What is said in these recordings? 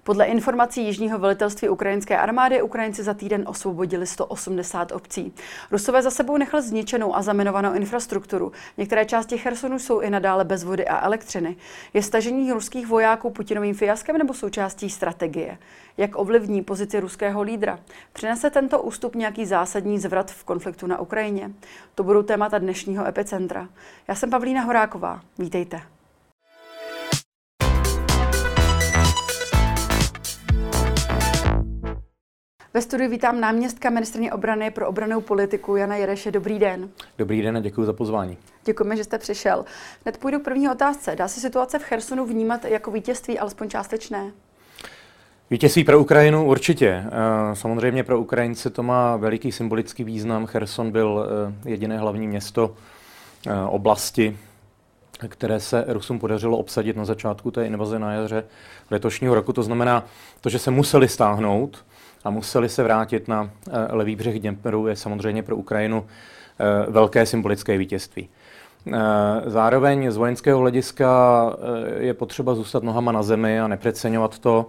Podle informací Jižního velitelství ukrajinské armády Ukrajinci za týden osvobodili 180 obcí. Rusové za sebou nechali zničenou a zaminovanou infrastrukturu. Některé části Chersonu jsou i nadále bez vody a elektřiny. Je stažení ruských vojáků Putinovým fiaskem nebo součástí strategie? Jak ovlivní pozici ruského lídra? Přinese tento ústup nějaký zásadní zvrat v konfliktu na Ukrajině? To budou témata dnešního Epicentra. Já jsem Pavlína Horáková. Vítejte. Ve studiu vítám náměstka ministryně obrany pro obrannou politiku Jana Jereše. Dobrý den. Dobrý den a děkuji za pozvání. Děkujeme, že jste přišel. Hned půjdu k první otázce. Dá se situace v Chersonu vnímat jako vítězství, alespoň částečné? Vítězství pro Ukrajinu určitě. Samozřejmě pro Ukrajince to má veliký symbolický význam. Cherson byl jediné hlavní město oblasti, které se Rusům podařilo obsadit na začátku té invaze na jaře letošního roku. To znamená, to, že se museli stáhnout a museli se vrátit na levý břeh Dněpru, je samozřejmě pro Ukrajinu velké symbolické vítězství. Zároveň z vojenského hlediska je potřeba zůstat nohama na zemi a nepřeceňovat to.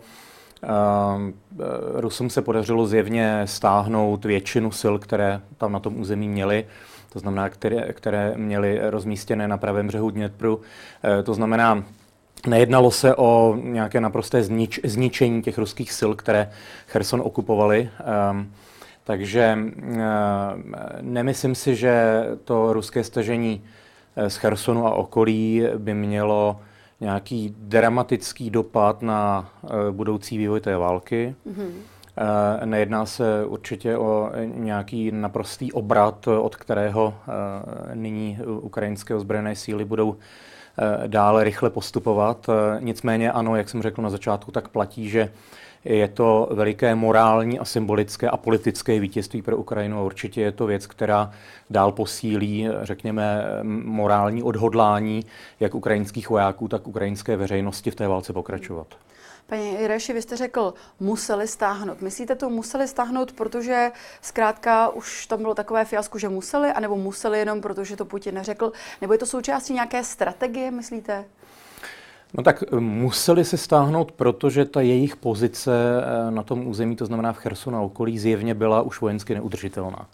Rusům se podařilo zjevně stáhnout většinu sil, které tam na tom území měli, to znamená, které měly rozmístěné na pravém břehu Dněpru. To znamená, nejednalo se o nějaké naprosté zničení těch ruských sil, které Cherson okupovali. Takže nemyslím si, že to ruské stažení z Chersonu a okolí by mělo nějaký dramatický dopad na budoucí vývoj té války. Nejedná se určitě o nějaký naprostý obrat, od kterého nyní ukrajinské ozbrojené síly budou dále rychle postupovat. Nicméně ano, jak jsem řekl na začátku, tak platí, že je to veliké morální a symbolické a politické vítězství pro Ukrajinu a určitě je to věc, která dál posílí, řekněme, morální odhodlání jak ukrajinských vojáků, tak ukrajinské veřejnosti v té válce pokračovat. Paní Jereši, vy jste řekl, museli stáhnout. Myslíte to museli stáhnout, protože zkrátka už tam bylo takové fiasko, že museli, anebo museli jenom protože to Putin neřekl? Nebo je to součástí nějaké strategie, myslíte? No tak museli se stáhnout, protože ta jejich pozice na tom území, to znamená v Chersonu a okolí, zjevně byla už vojensky neudržitelná.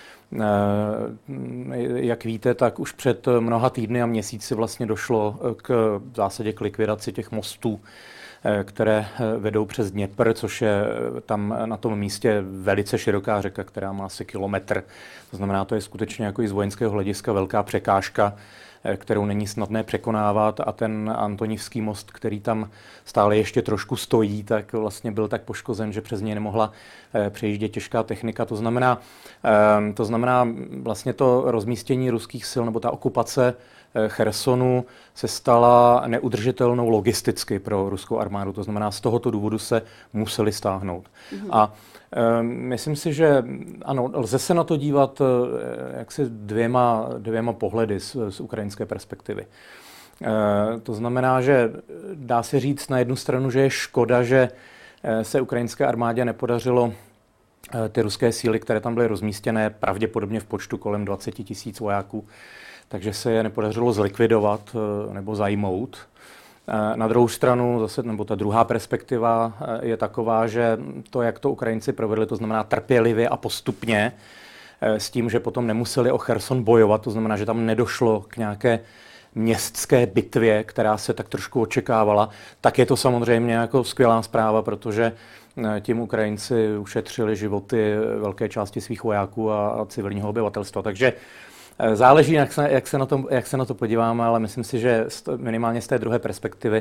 Jak víte, tak už před mnoha týdny a měsíci vlastně došlo v zásadě k likvidaci těch mostů, které vedou přes Dněpr, což je tam na tom místě velice široká řeka, která má asi kilometr. To znamená, to je skutečně jako i z vojenského hlediska velká překážka, kterou není snadné překonávat, a ten Antonivský most, který tam stále ještě trošku stojí, tak vlastně byl tak poškozen, že přes něj nemohla přejíždět těžká technika. To znamená vlastně to rozmístění ruských sil nebo ta okupace Chersonu se stala neudržitelnou logisticky pro ruskou armádu. To znamená, z tohoto důvodu se museli stáhnout. A myslím si, že ano, lze se na to dívat jaksi dvěma pohledy z ukrajinské perspektivy. To znamená, že dá se říct na jednu stranu, že je škoda, že se ukrajinské armádě nepodařilo ty ruské síly, které tam byly rozmístěné, pravděpodobně v počtu kolem 20 000 vojáků, takže se je nepodařilo zlikvidovat nebo zajmout. Na druhou stranu zase, nebo ta druhá perspektiva je taková, že to, jak to Ukrajinci provedli, to znamená trpělivě a postupně, s tím, že potom nemuseli o Cherson bojovat, to znamená, že tam nedošlo k nějaké městské bitvě, která se tak trošku očekávala, tak je to samozřejmě jako skvělá zpráva, protože tím Ukrajinci ušetřili životy velké části svých vojáků a civilního obyvatelstva. Takže záleží, jak se na to podíváme, ale myslím si, že minimálně z té druhé perspektivy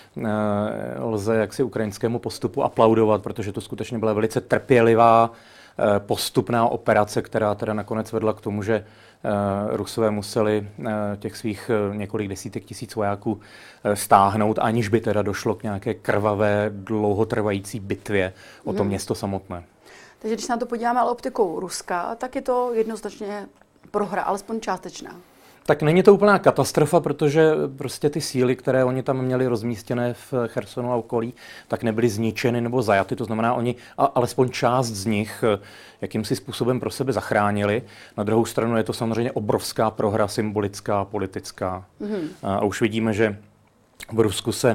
lze jaksi ukrajinskému postupu aplaudovat, protože to skutečně byla velice trpělivá, postupná operace, která teda nakonec vedla k tomu, že Rusové museli těch svých několik desítek tisíc vojáků stáhnout, aniž by teda došlo k nějaké krvavé, dlouhotrvající bitvě o to město samotné. Takže když se na to podíváme optikou Ruska, tak je to jednoznačně prohra, alespoň částečná. Tak není to úplná katastrofa, protože prostě ty síly, které oni tam měli rozmístěné v Chersonu a okolí, tak nebyly zničeny nebo zajaty. To znamená, oni alespoň část z nich jakýmsi způsobem pro sebe zachránili. Na druhou stranu je to samozřejmě obrovská prohra symbolická, politická. A už vidíme, že v Rusku se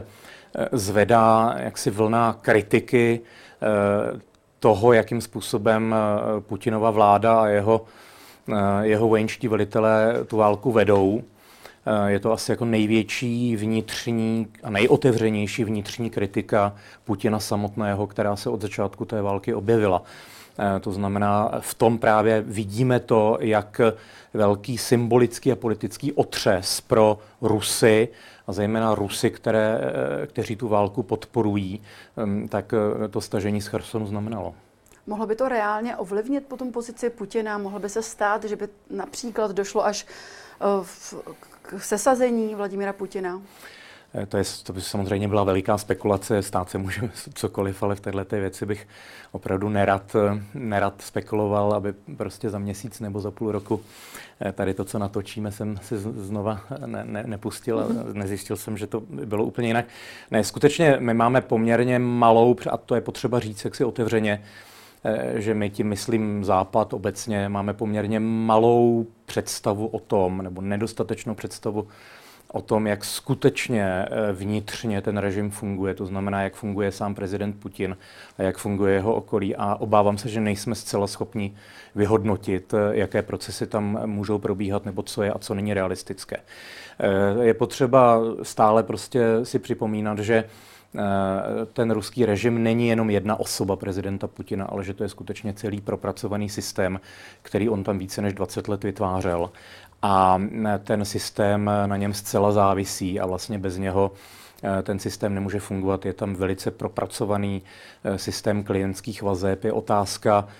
zvedá jaksi vlna kritiky toho, jakým způsobem Putinova vláda a jeho vojenští velitelé tu válku vedou. Je to asi jako největší vnitřní a nejotevřenější vnitřní kritika Putina samotného, která se od začátku té války objevila. To znamená, v tom právě vidíme to, jak velký symbolický a politický otřes pro Rusy, a zejména Rusy, kteří tu válku podporují, tak to stažení z Chersonu znamenalo. Mohlo by to reálně ovlivnit potom pozici Putina? Mohlo by se stát, že by například došlo až k sesazení Vladimira Putina? To by samozřejmě byla veliká spekulace, stát se může cokoliv, ale v této věci bych opravdu nerad spekuloval, aby prostě za měsíc nebo za půl roku tady to, co natočíme, jsem si znova nepustil a nezjistil jsem, že to bylo úplně jinak. Ne, skutečně my máme poměrně malou, a to je potřeba říct jaksi otevřeně, že my tím myslím Západ obecně, máme poměrně malou představu o tom, nebo nedostatečnou představu o tom, jak skutečně vnitřně ten režim funguje, to znamená, jak funguje sám prezident Putin a jak funguje jeho okolí. A obávám se, že nejsme zcela schopni vyhodnotit, jaké procesy tam můžou probíhat, nebo co je a co není realistické. Je potřeba stále prostě si připomínat, že ten ruský režim není jenom jedna osoba prezidenta Putina, ale že to je skutečně celý propracovaný systém, který on tam více než 20 let vytvářel. A ten systém na něm zcela závisí a vlastně bez něho ten systém nemůže fungovat. Je tam velice propracovaný systém klientských vazeb. Je otázka,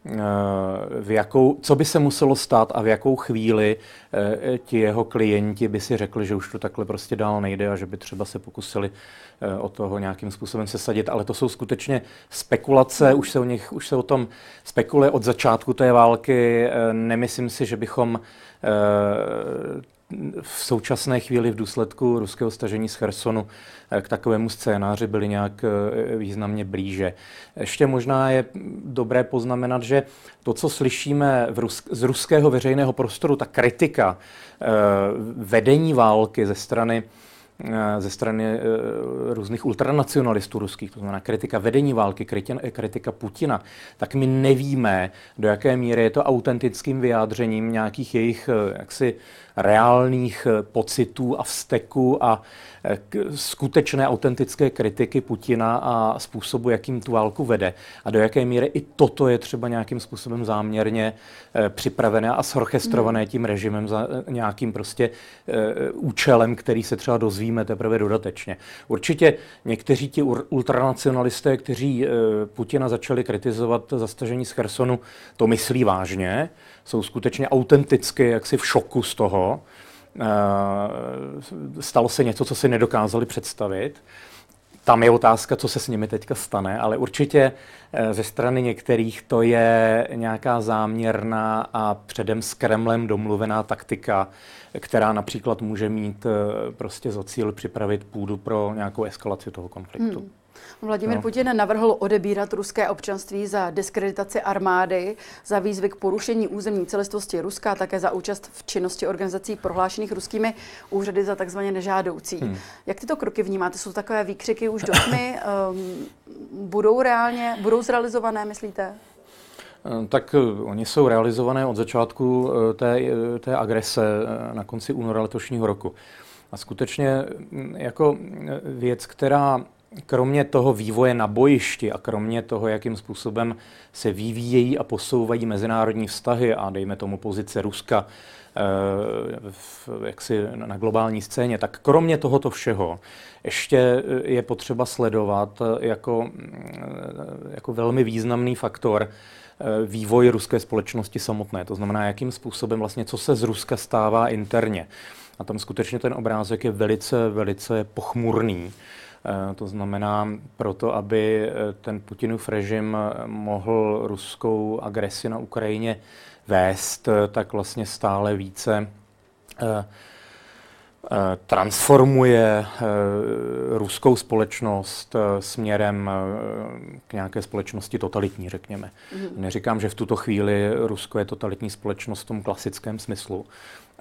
co by se muselo stát a v jakou chvíli ti jeho klienti by si řekli, že už to takhle prostě dál nejde a že by třeba se pokusili o toho nějakým způsobem sesadit. Ale to jsou skutečně spekulace, už se o tom spekuluje od začátku té války. Nemyslím si, že bychom v současné chvíli v důsledku ruského stažení z Chersonu k takovému scénáři byli nějak významně blíže. Ještě možná je dobré poznamenat, že to, co slyšíme z ruského veřejného prostoru, ta kritika vedení války ze strany různých ultranacionalistů ruských, to znamená kritika vedení války, kritika Putina, tak my nevíme, do jaké míry je to autentickým vyjádřením nějakých jejich jaksi reálných pocitů a vzteků a skutečné autentické kritiky Putina a způsobu, jakým tu válku vede. A do jaké míry i toto je třeba nějakým způsobem záměrně připravené a zorchestrované tím režimem za nějakým prostě účelem, který se třeba dozvíme teprve dodatečně. Určitě někteří ti ultranacionalisté, kteří Putina začali kritizovat za stažení z Chersonu, to myslí vážně, jsou skutečně autenticky jaksi v šoku z toho. Stalo se něco, co si nedokázali představit. Tam je otázka, co se s nimi teďka stane, ale určitě ze strany některých to je nějaká záměrná a předem s Kremlem domluvená taktika, která například může mít prostě za cíl připravit půdu pro nějakou eskalaci toho konfliktu. Vladimír Putin navrhl odebírat ruské občanství za diskreditaci armády, za výzvy k porušení územní celistvosti Ruska a také za účast v činnosti organizací prohlášených ruskými úřady za takzvaně nežádoucí. Jak tyto kroky vnímáte? Jsou takové výkřiky už do tmy? Budou zrealizované, myslíte? Tak oni jsou realizované od začátku té agrese na konci února letošního roku. A skutečně jako věc, která kromě toho vývoje na bojišti a kromě toho, jakým způsobem se vyvíjejí a posouvají mezinárodní vztahy a dejme tomu pozice Ruska jaksi na globální scéně, tak kromě tohoto všeho ještě je potřeba sledovat jako velmi významný faktor vývoj ruské společnosti samotné. To znamená, jakým způsobem vlastně, co se z Ruska stává interně. A tam skutečně ten obrázek je velice, velice pochmurný. To znamená, proto, aby ten Putinův režim mohl ruskou agresi na Ukrajině vést, tak vlastně stále více transformuje ruskou společnost směrem k nějaké společnosti totalitní, řekněme. Neříkám, že v tuto chvíli Rusko je totalitní společnost v tom klasickém smyslu,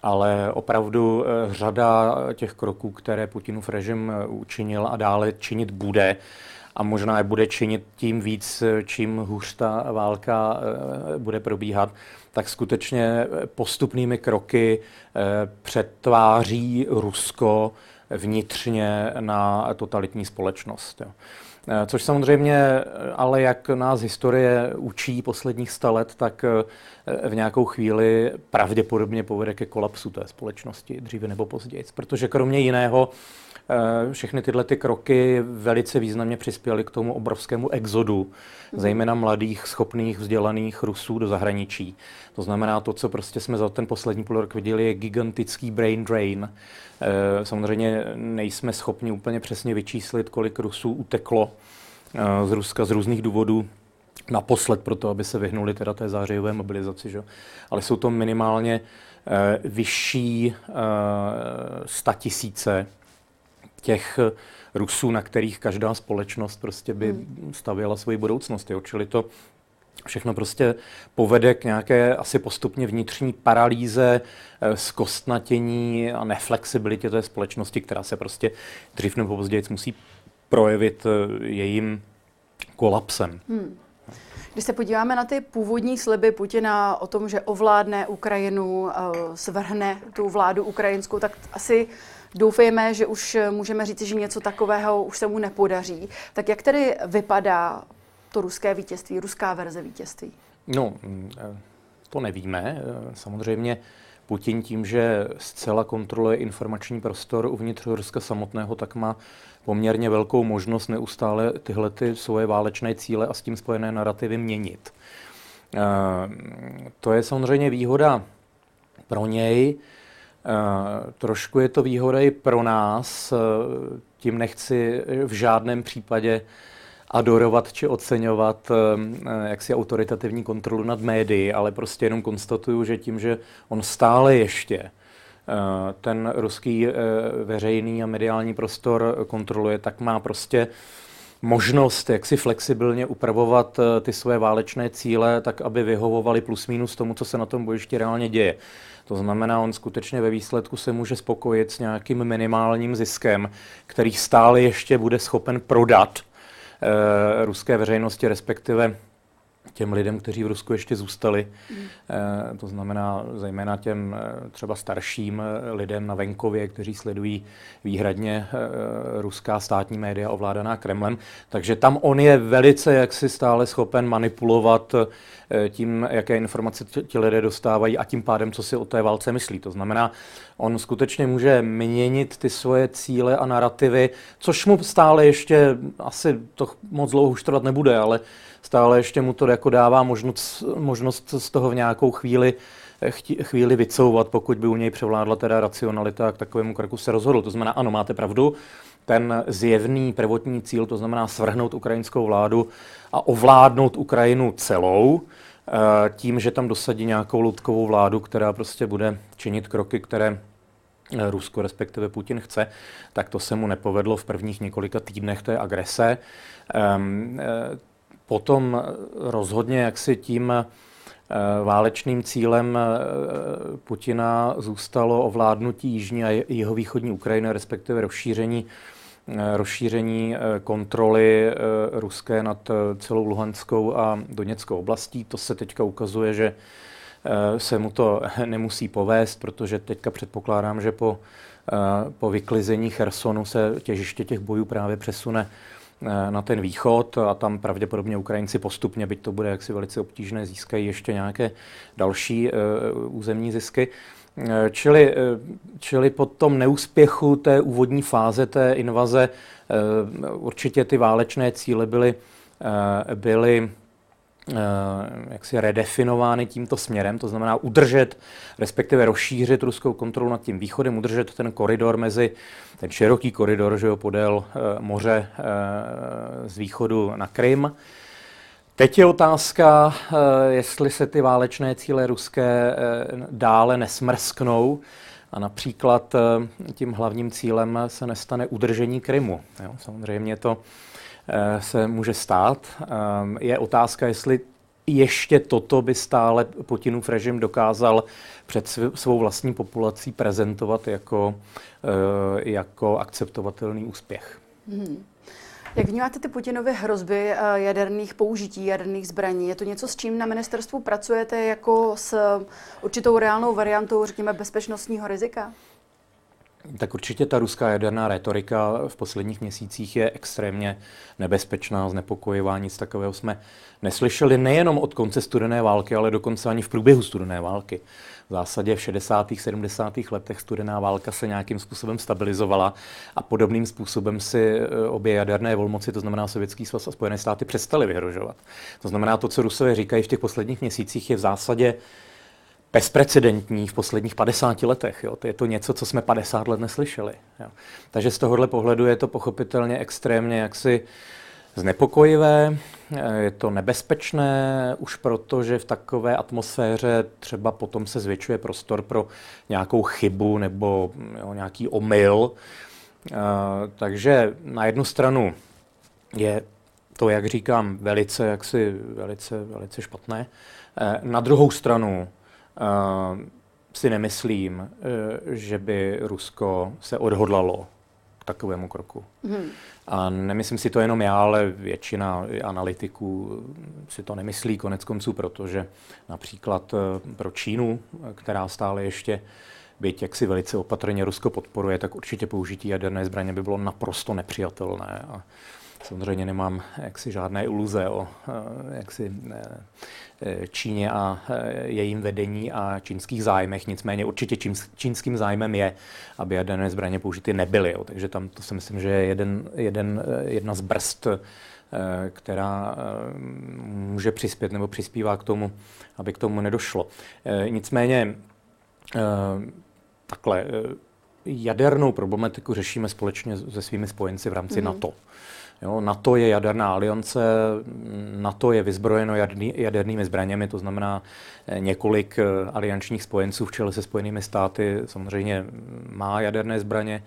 ale opravdu řada těch kroků, které Putinův režim učinil a dále činit bude, a možná je bude činit tím víc, čím hůř ta válka bude probíhat, tak skutečně postupnými kroky přetváří Rusko vnitřně na totalitní společnost. Což samozřejmě, ale jak nás historie učí posledních 100 let, tak v nějakou chvíli pravděpodobně povede ke kolapsu té společnosti, dříve nebo později. Protože kromě jiného všechny tyhle ty kroky velice významně přispěly k tomu obrovskému exodu, zejména mladých, schopných, vzdělaných Rusů do zahraničí. To znamená to, co prostě jsme za ten poslední půl rok viděli, je gigantický brain drain. Samozřejmě nejsme schopni úplně přesně vyčíslit, kolik Rusů uteklo z Ruska z různých důvodů, naposled proto, aby se vyhnuli teda té zářijové mobilizaci. Že? Ale jsou to minimálně vyšší 100 000 těch Rusů, na kterých každá společnost prostě by stavěla svoji budoucnost. Jo? Čili to všechno prostě povede k nějaké asi postupně vnitřní paralýze, zkostnatění a neflexibilitě té společnosti, která se prostě dřív nebo později musí projevit jejím kolapsem. Když se podíváme na ty původní sliby Putina o tom, že ovládne Ukrajinu, svrhne tu vládu ukrajinskou, tak asi doufejme, že už můžeme říct, že něco takového už se mu nepodaří. Tak jak tedy vypadá to ruské vítězství, ruská verze vítězství? No, to nevíme. Samozřejmě Putin tím, že zcela kontroluje informační prostor uvnitř Ruska samotného, tak má poměrně velkou možnost neustále tyhle svoje válečné cíle a s tím spojené narrativy měnit. To je samozřejmě výhoda pro něj. Trošku je to výhoda i pro nás. Tím nechci v žádném případě adorovat či oceňovat jaksi autoritativní kontrolu nad médií, ale prostě jenom konstatuju, že tím, že on stále ještě ten ruský veřejný a mediální prostor kontroluje, tak má prostě možnost jak si flexibilně upravovat ty své válečné cíle tak, aby vyhovovaly plus minus tomu, co se na tom bojišti reálně děje. To znamená, on skutečně ve výsledku se může spokojit s nějakým minimálním ziskem, který stále ještě bude schopen prodat ruské veřejnosti, respektive těm lidem, kteří v Rusku ještě zůstali. To znamená zejména těm třeba starším lidem na venkově, kteří sledují výhradně ruská státní média ovládaná Kremlem. Takže tam on je velice jaksi stále schopen manipulovat tím, jaké informace ti lidé dostávají a tím pádem, co si o té válce myslí. To znamená, on skutečně může měnit ty svoje cíle a narrativy, což mu stále ještě, asi to moc dlouho už trvat nebude, ale stále ještě mu to jako dává možnost z toho v nějakou chvíli vycouvat, pokud by u něj převládla teda racionalita a k takovému kroku se rozhodl. To znamená, ano, máte pravdu, ten zjevný prvotní cíl, to znamená svrhnout ukrajinskou vládu a ovládnout Ukrajinu celou, tím, že tam dosadí nějakou loutkovou vládu, která prostě bude činit kroky, které Rusko, respektive Putin chce, tak to se mu nepovedlo v prvních několika týdnech té agrese. Potom rozhodně jaksi tím válečným cílem Putina zůstalo ovládnutí jižní a jihovýchodní Ukrajiny, respektive rozšíření kontroly ruské nad celou Luhanskou a Doněckou oblastí. To se teďka ukazuje, že se mu to nemusí povést, protože teďka předpokládám, že po vyklizení Chersonu se těžiště těch bojů právě přesune na ten východ a tam pravděpodobně Ukrajinci postupně, byť to bude jaksi velice obtížné, získají ještě nějaké další územní zisky. Čili po tom neúspěchu té úvodní fáze té invaze určitě ty válečné cíle byly jaksi redefinovány tímto směrem, to znamená udržet, respektive rozšířit ruskou kontrolu nad tím východem, udržet ten koridor ten široký koridor, že jo, podél moře z východu na Krym. Teď je otázka, jestli se ty válečné cíle ruské dále nesmrsknou a například tím hlavním cílem se nestane udržení Krymu. Jo, samozřejmě to se může stát. Je otázka, jestli ještě toto by stále Putinův režim dokázal před svou vlastní populací prezentovat jako akceptovatelný úspěch. Jak vnímáte ty Putinovy hrozby jaderných použití, jaderných zbraní? Je to něco, s čím na ministerstvu pracujete jako s určitou reálnou variantou, řekněme, bezpečnostního rizika? Tak určitě ta ruská jaderná rétorika v posledních měsících je extrémně nebezpečná, znepokojivá, nic takového jsme neslyšeli nejenom od konce studené války, ale dokonce ani v průběhu studené války. V zásadě v 60. 70. letech studená válka se nějakým způsobem stabilizovala a podobným způsobem si obě jaderné velmoci, to znamená Sovětský svaz a Spojené státy, přestaly vyhrožovat. To znamená, to, co Rusové říkají v těch posledních měsících, je v zásadě bezprecedentní v posledních 50 letech. Jo. To je to něco, co jsme 50 let neslyšeli. Jo. Takže z tohohle pohledu je to pochopitelně extrémně jaksi znepokojivé, je to nebezpečné už proto, že v takové atmosféře třeba potom se zvětšuje prostor pro nějakou chybu nebo nějaký omyl. Takže na jednu stranu je to, jak říkám, velice špatné. Na druhou stranu si nemyslím, že by Rusko se odhodlalo k takovému kroku. A nemyslím si to jenom já, ale většina analytiků si to nemyslí koneckonců, protože například pro Čínu, která stále ještě, byť jak si velice opatrně Rusko podporuje, tak určitě použití jaderné zbraně by bylo naprosto nepřijatelné. A samozřejmě nemám jaksi žádné iluze o Číně a jejím vedení a čínských zájmech. Nicméně určitě čínským zájmem je, aby jaderné zbraně použity nebyly. Jo. Takže tam to si myslím, že je jedna z brzd, která může přispět nebo přispívá k tomu, aby k tomu nedošlo. Nicméně takhle, jadernou problematiku řešíme společně se svými spojenci v rámci NATO. Jo, NATO je jaderná aliance, NATO je vyzbrojeno jadernými zbraněmi, to znamená několik aliančních spojenců v čele se Spojenými státy samozřejmě má jaderné zbraně.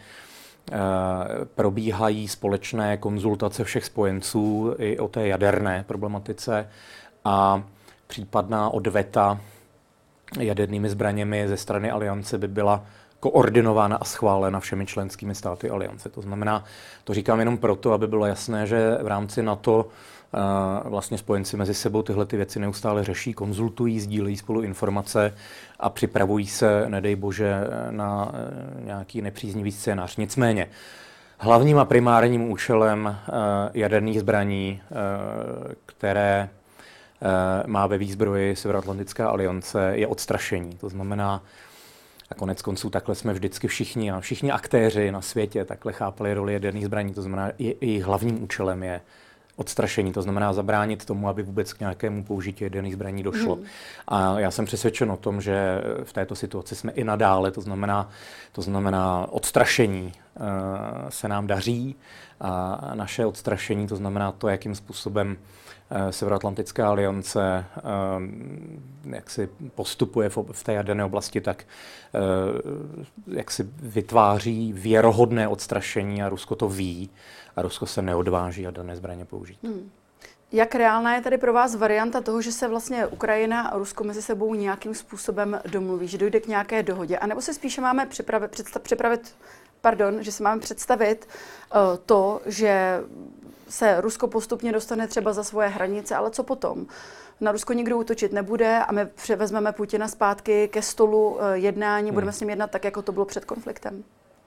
Probíhají společné konzultace všech spojenců i o té jaderné problematice a případná odveta jadernými zbraněmi ze strany aliance by byla koordinována a schválena všemi členskými státy aliance. To znamená, to říkám jenom proto, aby bylo jasné, že v rámci NATO vlastně spojenci mezi sebou tyhle ty věci neustále řeší, konzultují, sdílejí spolu informace a připravují se, nedej bože, na nějaký nepříznivý scénář. Nicméně, hlavním a primárním účelem jaderných zbraní, které má ve výzbroji Severoatlantická aliance, je odstrašení. To znamená, a konec konců takhle jsme vždycky všichni aktéři na světě takhle chápali roli jaderných zbraní. To znamená, jejich hlavním účelem je odstrašení, to znamená zabránit tomu, aby vůbec k nějakému použití jaderných zbraní došlo. A já jsem přesvědčen o tom, že v této situaci jsme i nadále, to znamená odstrašení se nám daří a naše odstrašení, to znamená to, jakým způsobem Severoatlantická aliance jak si postupuje v té jaderné oblasti, tak jak si vytváří věrohodné odstrašení a Rusko to ví a Rusko se neodváží jaderné zbraně použít. Jak reálná je tady pro vás varianta toho, že se vlastně Ukrajina a Rusko mezi sebou nějakým způsobem domluví, že dojde k nějaké dohodě? A nebo se spíše máme představit to, že se Rusko postupně dostane třeba za svoje hranice, ale co potom? Na Rusko nikdo útočit nebude a my vezmeme Putina zpátky ke stolu jednání, budeme s ním jednat tak, jako to bylo před konfliktem.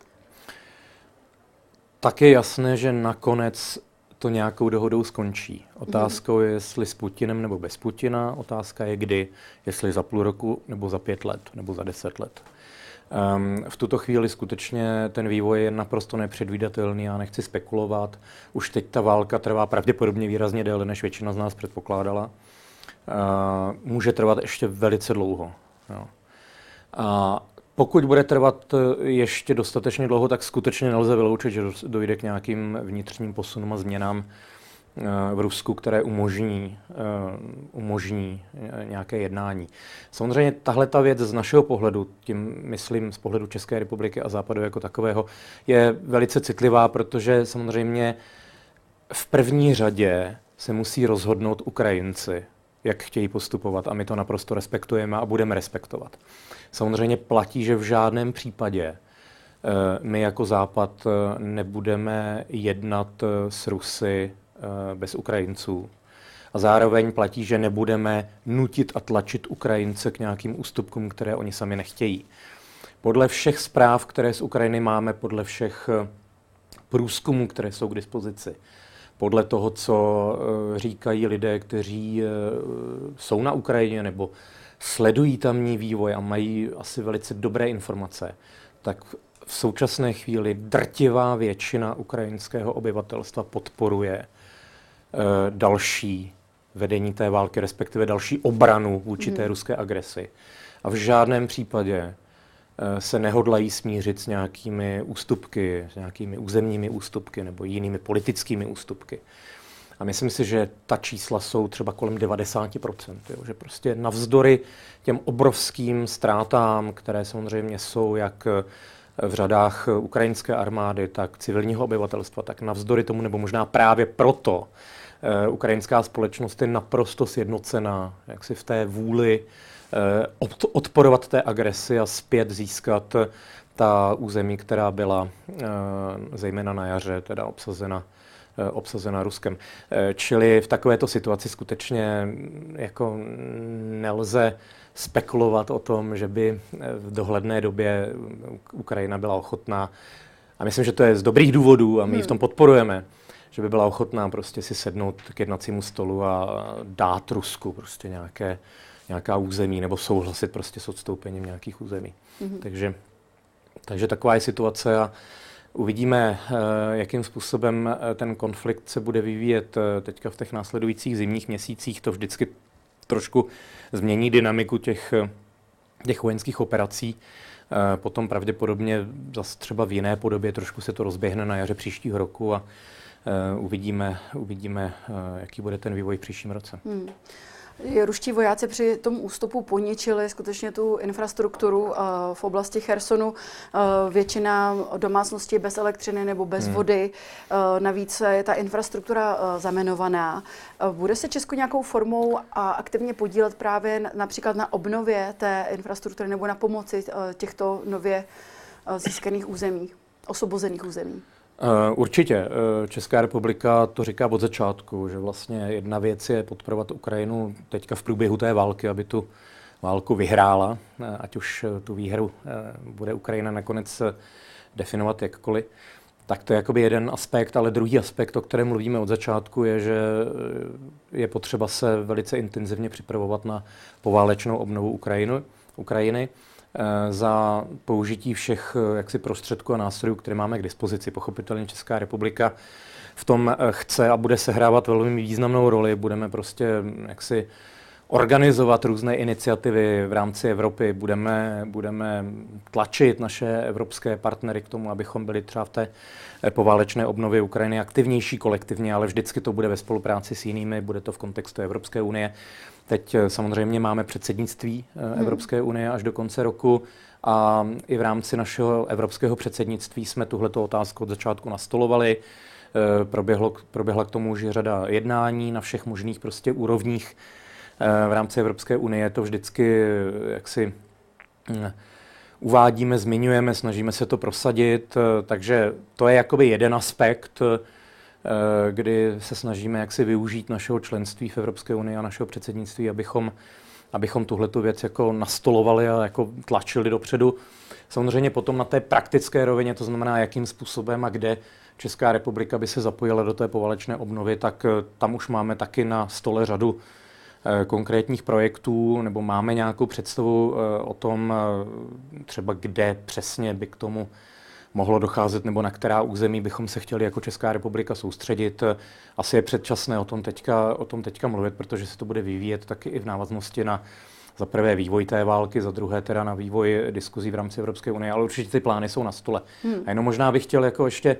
Tak je jasné, že nakonec to nějakou dohodou skončí. Otázkou je, jestli s Putinem nebo bez Putina. Otázka je kdy, jestli za půl roku nebo za 5 let nebo za 10 let. V tuto chvíli skutečně ten vývoj je naprosto nepředvídatelný, já nechci spekulovat. Už teď ta válka trvá pravděpodobně výrazně déle, než většina z nás předpokládala. Může trvat ještě velice dlouho. Jo. A pokud bude trvat ještě dostatečně dlouho, tak skutečně nelze vyloučit, že dojde k nějakým vnitřním posunům a změnám v Rusku, které umožní nějaké jednání. Samozřejmě tahle ta věc z našeho pohledu, tím myslím z pohledu České republiky a Západu jako takového, je velice citlivá, protože samozřejmě v první řadě se musí rozhodnout Ukrajinci, jak chtějí postupovat a my to naprosto respektujeme a budeme respektovat. Samozřejmě platí, že v žádném případě my jako Západ nebudeme jednat s Rusy bez Ukrajinců. A zároveň platí, že nebudeme nutit a tlačit Ukrajince k nějakým ústupkům, které oni sami nechtějí. Podle všech zpráv, které z Ukrajiny máme, podle všech průzkumů, které jsou k dispozici, podle toho, co říkají lidé, kteří jsou na Ukrajině nebo sledují tamní vývoj a mají asi velice dobré informace, tak v současné chvíli drtivá většina ukrajinského obyvatelstva podporuje další vedení té války, respektive další obranu vůči té ruské agresi. A v žádném případě se nehodlají smířit s nějakými ústupky, s nějakými územními ústupky nebo jinými politickými ústupky. A myslím si, že ta čísla jsou třeba kolem 90%, jo, že prostě navzdory těm obrovským ztrátám, které samozřejmě jsou jak v řadách ukrajinské armády, tak civilního obyvatelstva, tak navzdory tomu, nebo možná právě proto, ukrajinská společnost je naprosto sjednocená, jak si v té vůli odporovat té agresi a zpět získat ta území, která byla zejména na jaře teda obsazena Ruskem. Čili v takovéto situaci skutečně jako nelze spekulovat o tom, že by v dohledné době Ukrajina byla ochotná, a myslím, že to je z dobrých důvodů a my ji v tom podporujeme, že by byla ochotná prostě si sednout k jednacímu stolu a dát Rusku prostě nějaká území nebo souhlasit prostě s odstoupením nějakých území. Takže taková je situace a uvidíme, jakým způsobem ten konflikt se bude vyvíjet teďka v těch následujících zimních měsících. To vždycky trošku změní dynamiku těch vojenských operací. Potom pravděpodobně zase třeba v jiné podobě trošku se to rozběhne na jaře příštího roku a uvidíme, jaký bude ten vývoj v příštím roce. Ruští vojáci při tom ústupu poničili skutečně tu infrastrukturu v oblasti Chersonu. Většina domácností bez elektřiny nebo bez vody. Navíc je ta infrastruktura zamenovaná. Bude se Česko nějakou formou aktivně podílet právě například na obnově té infrastruktury nebo na pomoci těchto nově získaných území, osvobozených území? Určitě. Česká republika to říká od začátku, že vlastně jedna věc je podporovat Ukrajinu teďka v průběhu té války, aby tu válku vyhrála, ať už tu výhru bude Ukrajina nakonec definovat jakkoliv. Tak to je jakoby jeden aspekt, ale druhý aspekt, o kterém mluvíme od začátku, je, že je potřeba se velice intenzivně připravovat na poválečnou obnovu Ukrajiny. Za použití všech jaksi prostředků a nástrojů, které máme k dispozici. Pochopitelně Česká republika v tom chce a bude sehrávat velmi významnou roli. Budeme prostě jaksi organizovat různé iniciativy v rámci Evropy. Budeme tlačit naše evropské partnery k tomu, abychom byli třeba v té poválečné obnově Ukrajiny aktivnější kolektivně, ale vždycky to bude ve spolupráci s jinými, bude to v kontextu Evropské unie. Teď samozřejmě máme předsednictví Evropské unie až do konce roku a i v rámci našeho evropského předsednictví jsme tuhleto otázku od začátku nastolovali. Proběhla k tomu už řada jednání na všech možných prostě úrovních. V rámci Evropské unie to vždycky jaksi uvádíme, zmiňujeme, snažíme se to prosadit, takže to je jakoby jeden aspekt, kdy se snažíme jaksi využít našeho členství v Evropské unii a našeho předsednictví, abychom tuhletu věc jako nastolovali a jako tlačili dopředu. Samozřejmě potom na té praktické rovině, to znamená, jakým způsobem a kde Česká republika by se zapojila do té poválečné obnovy, tak tam už máme taky na stole řadu konkrétních projektů, nebo máme nějakou představu o tom, třeba kde přesně by k tomu mohlo docházet, nebo na která území bychom se chtěli jako Česká republika soustředit. Asi je předčasné o tom teďka mluvit, protože se to bude vyvíjet taky i v návaznosti na za prvé vývoj té války, za druhé teda na vývoj diskuzí v rámci Evropské unie, ale určitě ty plány jsou na stole. A jenom možná bych chtěl jako ještě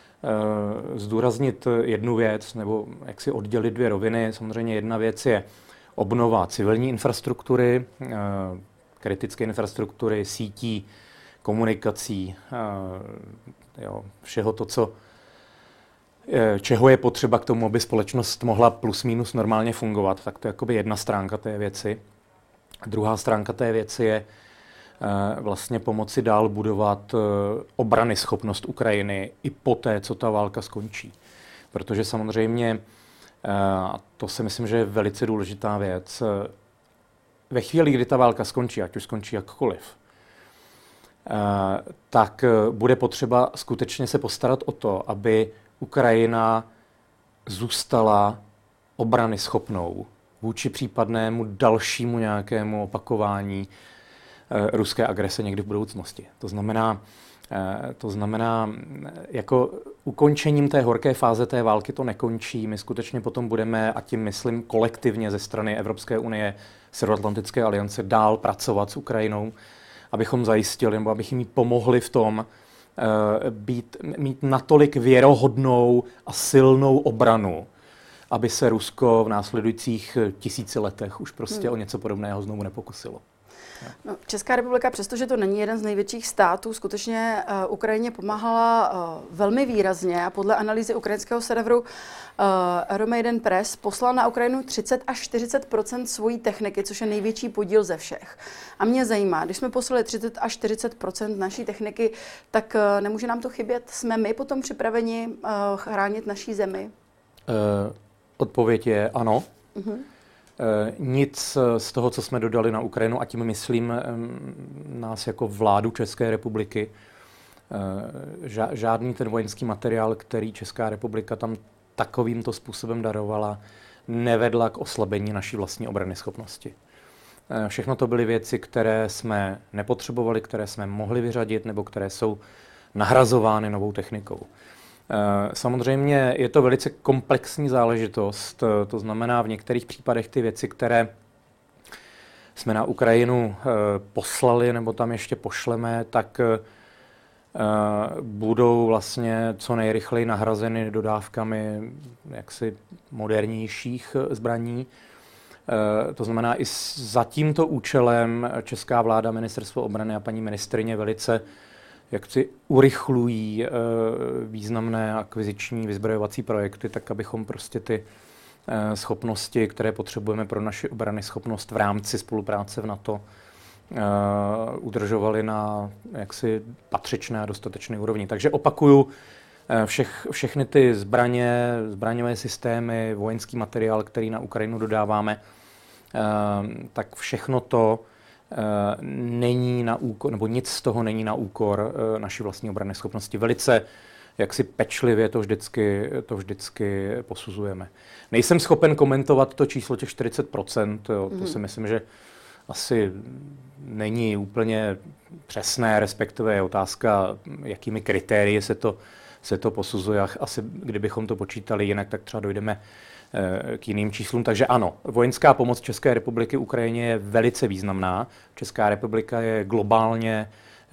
zdůraznit jednu věc, nebo jak si oddělit dvě roviny. Samozřejmě jedna věc je obnova civilní infrastruktury, kritické infrastruktury, sítí, komunikací, všeho to, co čeho je potřeba k tomu, aby společnost mohla plus minus normálně fungovat. Tak to je jakoby jedna stránka té věci. Druhá stránka té věci je vlastně pomoci dál budovat obrany schopnost Ukrajiny i poté, co ta válka skončí. Protože samozřejmě, to si myslím, že je velice důležitá věc, ve chvíli, kdy ta válka skončí, ať už skončí jakkoliv, tak bude potřeba skutečně se postarat o to, aby Ukrajina zůstala obrany schopnou vůči případnému dalšímu nějakému opakování ruské agrese někdy v budoucnosti. To znamená, jako ukončením té horké fáze té války to nekončí. My skutečně potom budeme, a tím myslím kolektivně ze strany Evropské unie, Severoatlantické aliance, dál pracovat s Ukrajinou, abychom zajistili, nebo abychom jí pomohli v tom, mít natolik věrohodnou a silnou obranu, aby se Rusko v následujících 1000 letech už prostě o něco podobného znovu nepokusilo. No, Česká republika, přestože to není jeden z největších států, skutečně Ukrajině pomáhala velmi výrazně a podle analýzy ukrajinského serveru Euromaidan Press poslal na Ukrajinu 30 až 40% svojí techniky, což je největší podíl ze všech. A mě zajímá, když jsme poslali 30 až 40% naší techniky, tak nemůže nám to chybět? Jsme my potom připraveni chránit naší zemi? Odpověď je ano. Nic z toho, co jsme dodali na Ukrajinu, a tím myslím nás jako vládu České republiky, žádný ten vojenský materiál, který Česká republika tam takovýmto způsobem darovala, nevedla k oslabení naší vlastní obrany schopnosti. Všechno to byly věci, které jsme nepotřebovali, které jsme mohli vyřadit, nebo které jsou nahrazovány novou technikou. Samozřejmě je to velice komplexní záležitost, to znamená v některých případech ty věci, které jsme na Ukrajinu poslali nebo tam ještě pošleme, tak budou vlastně co nejrychleji nahrazeny dodávkami jaksi modernějších zbraní. To znamená i za tímto účelem česká vláda, ministerstvo obrany a paní ministryně velice jak si urychlují významné akviziční vyzbrojovací projekty, tak abychom prostě ty schopnosti, které potřebujeme pro naši obrany schopnost v rámci spolupráce v NATO, udržovali na jaksi patřičné a dostatečné úrovni. Takže opakuju, všechny ty zbraňové systémy, vojenský materiál, který na Ukrajinu dodáváme, tak všechno to není na úkor, nebo nic z toho není na úkor naší vlastní obranné schopnosti. Velice jaksi pečlivě to vždycky posuzujeme. Nejsem schopen komentovat to číslo těch 40%, to si myslím, že asi není úplně přesné, respektive je otázka, jakými kritérii se to posuzuje. Asi kdybychom to počítali jinak, tak třeba dojdeme k jiným číslům. Takže ano, vojenská pomoc České republiky Ukrajině je velice významná. Česká republika je globálně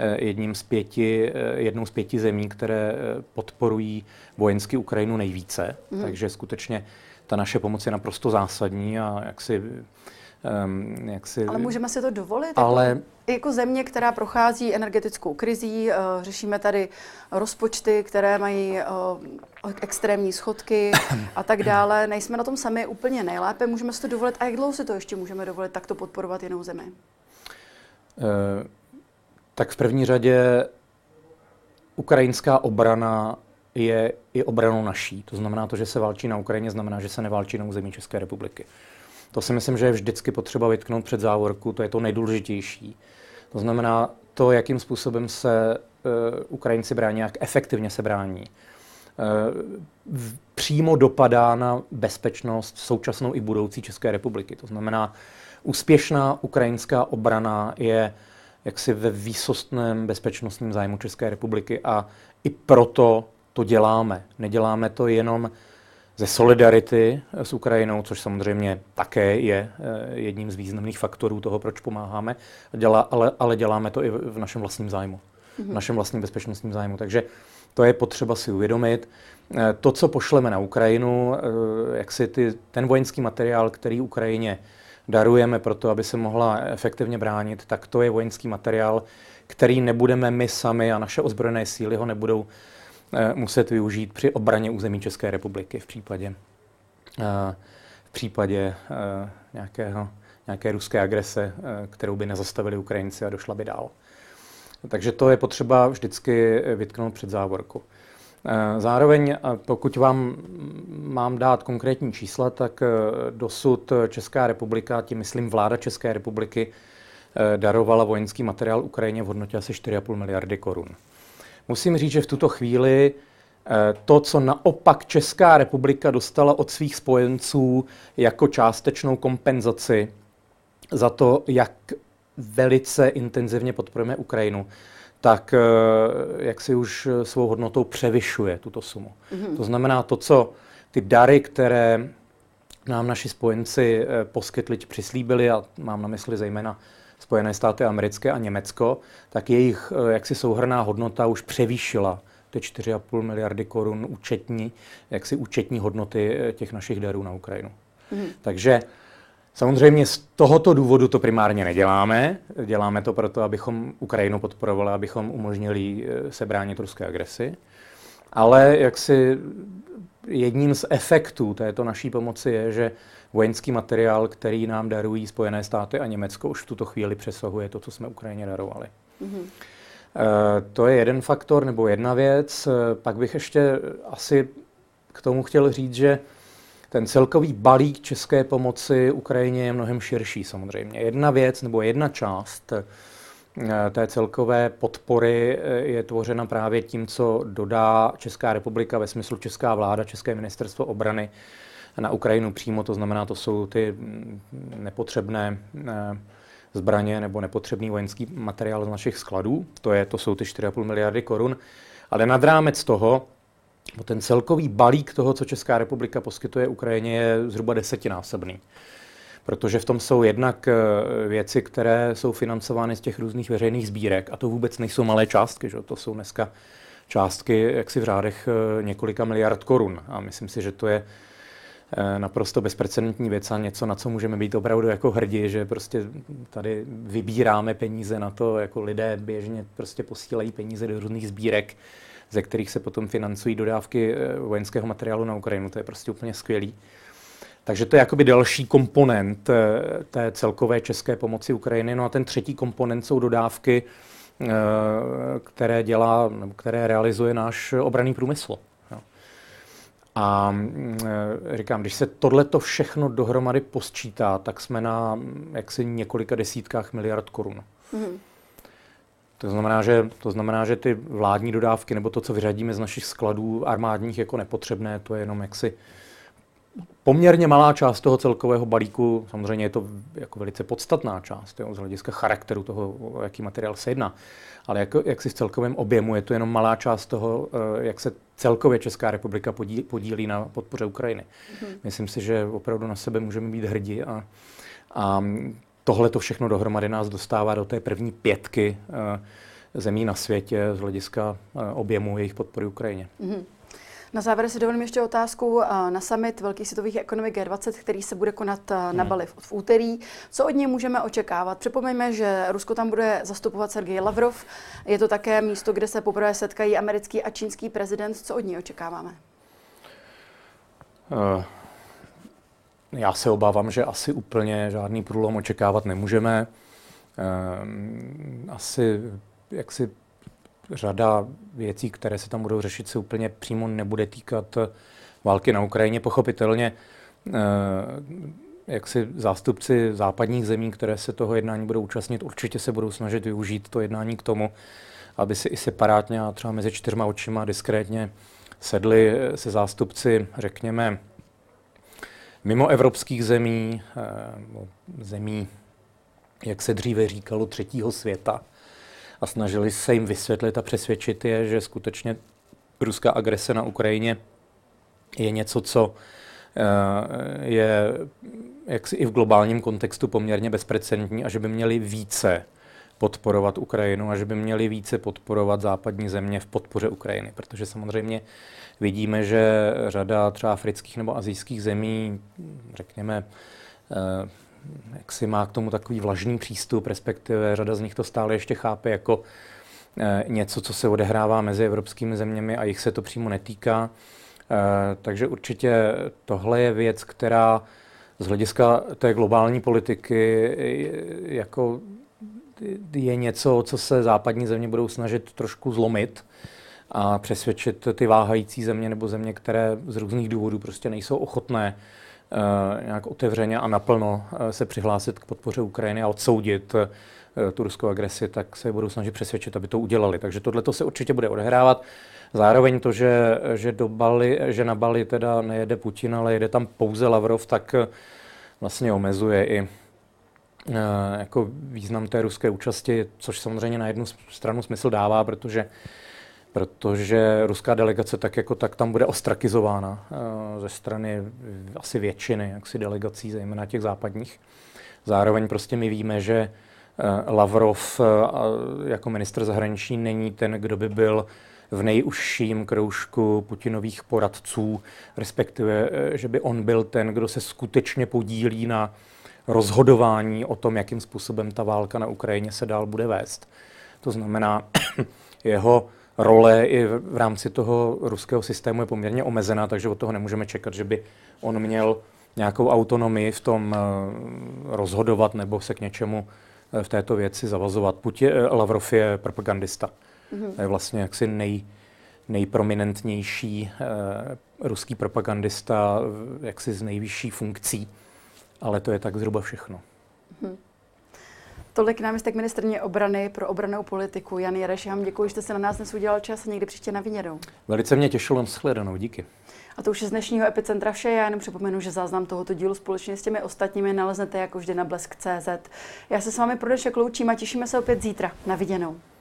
jednou z 5 zemí, které podporují vojensky Ukrajinu nejvíce. Takže skutečně ta naše pomoc je naprosto zásadní a Ale můžeme si to dovolit? Jako země, která prochází energetickou krizí, řešíme tady rozpočty, které mají extrémní schodky a tak dále. Nejsme na tom sami úplně nejlépe. Můžeme si to dovolit? A jak dlouho si to ještě můžeme dovolit takto podporovat jinou zemi? Tak v první řadě ukrajinská obrana je i obranou naší. To znamená to, že se válčí na Ukrajině, znamená, že se neválčí na území České republiky. To si myslím, že je vždycky potřeba vytknout před závorku, to je to nejdůležitější. To znamená to, jakým způsobem se Ukrajinci brání, jak efektivně se brání. Přímo dopadá na bezpečnost současnou i budoucí České republiky. To znamená, úspěšná ukrajinská obrana je jaksi ve výsostném bezpečnostním zájmu České republiky a i proto to děláme. Neděláme to jenom ze solidarity s Ukrajinou, což samozřejmě také je jedním z významných faktorů toho, proč pomáháme, ale děláme to i v našem vlastním zájmu, v našem vlastním bezpečnostním zájmu. Takže to je potřeba si uvědomit. To, co pošleme na Ukrajinu, ten vojenský materiál, který Ukrajině darujeme pro to, aby se mohla efektivně bránit, tak to je vojenský materiál, který nebudeme my sami a naše ozbrojené síly ho nebudou muset využít při obraně území České republiky v případě nějaké ruské agrese, kterou by nezastavili Ukrajinci a došla by dál. Takže to je potřeba vždycky vytknout před závorku. Zároveň, pokud vám mám dát konkrétní čísla, tak dosud Česká republika, tím myslím vláda České republiky, darovala vojenský materiál Ukrajině v hodnotě asi 4,5 miliardy korun. Musím říct, že v tuto chvíli to, co naopak Česká republika dostala od svých spojenců jako částečnou kompenzaci za to, jak velice intenzivně podporujeme Ukrajinu, tak jak si už svou hodnotou převyšuje tuto sumu. To znamená to, co ty dary, které nám naši spojenci poskytli, přislíbili, a mám na mysli zejména Spojené státy americké a Německo, tak jejich jaksi souhrnná hodnota už převýšila ty 4,5 miliardy korun účetní hodnoty těch našich darů na Ukrajinu. Takže samozřejmě z tohoto důvodu to primárně neděláme. Děláme to proto, abychom Ukrajinu podporovali, abychom umožnili se bránit ruské agresi. Ale jaksi jedním z efektů této naší pomoci je, že vojenský materiál, který nám darují Spojené státy a Německo, už v tuto chvíli přesahuje to, co jsme Ukrajině darovali. To je jeden faktor nebo jedna věc. Pak bych ještě asi k tomu chtěl říct, že ten celkový balík české pomoci Ukrajině je mnohem širší samozřejmě. Jedna věc nebo jedna část té celkové podpory je tvořena právě tím, co dodá Česká republika ve smyslu česká vláda, České ministerstvo obrany na Ukrajinu přímo, to znamená, to jsou ty nepotřebné zbraně nebo nepotřebný vojenský materiál z našich skladů, to jsou ty 4,5 miliardy korun, ale nad rámec toho, ten celkový balík toho, co Česká republika poskytuje Ukrajině, je zhruba 10násobný. Protože v tom jsou jednak věci, které jsou financovány z těch různých veřejných sbírek, a to vůbec nejsou malé částky, že? To jsou dneska částky jaksi v řádech několika miliard korun. A myslím si, že to je naprosto bezprecedentní věc a něco, na co můžeme být opravdu jako hrdí, že prostě tady vybíráme peníze na to, jako lidé běžně prostě posílají peníze do různých sbírek, ze kterých se potom financují dodávky vojenského materiálu na Ukrajinu. To je prostě úplně skvělý. Takže to je jakoby další komponent té celkové české pomoci Ukrajiny. No a ten třetí komponent jsou dodávky, které realizuje náš obranný průmysl. A říkám, když se tohleto všechno dohromady posčítá, tak jsme na jaksi několika desítkách miliard korun. To znamená, že ty vládní dodávky nebo to, co vyřadíme z našich skladů armádních jako nepotřebné, to je jenom jaksi poměrně malá část toho celkového balíku. Samozřejmě je to jako velice podstatná část, z hlediska charakteru toho, o jaký materiál se jedná. Ale jak si v celkovém objemu je to jenom malá část toho, jak se celkově Česká republika podílí na podpoře Ukrajiny. Myslím si, že opravdu na sebe můžeme být hrdí a tohle to všechno dohromady nás dostává do té první pětky zemí na světě z hlediska objemu jejich podpory Ukrajině. Na závěr si dovolím ještě otázku na summit velkých světových ekonomik G20, který se bude konat na Bali v úterý. Co od něj můžeme očekávat? Připomeňme, že Rusko tam bude zastupovat Sergej Lavrov. Je to také místo, kde se poprvé setkají americký a čínský prezident. Co od něj očekáváme? Já se obávám, že asi úplně žádný průlom očekávat nemůžeme. Asi jaksi řada věcí, které se tam budou řešit, se úplně přímo nebude týkat války na Ukrajině. Pochopitelně, jak si zástupci západních zemí, které se toho jednání budou účastnit, určitě se budou snažit využít to jednání k tomu, aby si i separátně a třeba mezi čtyřma očima diskrétně sedli se zástupci, řekněme, mimo evropských zemí, zemí, jak se dříve říkalo, třetího světa, a snažili se jim vysvětlit a přesvědčit je, že skutečně ruská agrese na Ukrajině je něco, co je jaksi i v globálním kontextu poměrně bezprecedentní a že by měli více podporovat Ukrajinu a že by měli více podporovat západní země v podpoře Ukrajiny. Protože samozřejmě vidíme, že řada třeba afrických nebo asijských zemí, řekněme, jak si má k tomu takový vlažný přístup, respektive řada z nich to stále ještě chápe jako něco, co se odehrává mezi evropskými zeměmi a jich se to přímo netýká. Takže určitě tohle je věc, která z hlediska té globální politiky jako je něco, co se západní země budou snažit trošku zlomit a přesvědčit ty váhající země nebo země, které z různých důvodů prostě nejsou ochotné nějak otevřeně a naplno se přihlásit k podpoře Ukrajiny a odsoudit tu ruskou agresi, tak se budou snažit přesvědčit, aby to udělali. Takže tohle se určitě bude odehrávat. Zároveň to, že na Bali teda nejede Putin, ale jede tam pouze Lavrov, tak vlastně omezuje i jako význam té ruské účasti, což samozřejmě na jednu stranu smysl dává, protože ruská delegace tak jako tak tam bude ostrakizována ze strany asi většiny jaksi delegací, zejména těch západních. Zároveň prostě my víme, že Lavrov jako ministr zahraničí není ten, kdo by byl v nejužším kroužku Putinových poradců, respektive, že by on byl ten, kdo se skutečně podílí na rozhodování o tom, jakým způsobem ta válka na Ukrajině se dál bude vést. To znamená, jeho role i v rámci toho ruského systému je poměrně omezená, takže od toho nemůžeme čekat, že by on měl nějakou autonomii v tom rozhodovat nebo se k něčemu v této věci zavazovat. Lavrov je propagandista. To je vlastně jaksi nejprominentnější ruský propagandista jaksi z nejvyšší funkcí, ale to je tak zhruba všechno. Tolik náměstek ministryně obrany pro obrannou politiku Jan Jareš. Já vám děkuji, že jste se na nás dnes udělal čas a někdy příště na Viněnou. Velice mě těšilo, shledanou, díky. A to už je z dnešního Epicentra vše. Já jenom připomenu, že záznam tohoto dílu společně s těmi ostatními naleznete jako vždy na blesk.cz. Já se s vámi pro dnešek loučím a těšíme se opět zítra. Na viděnou.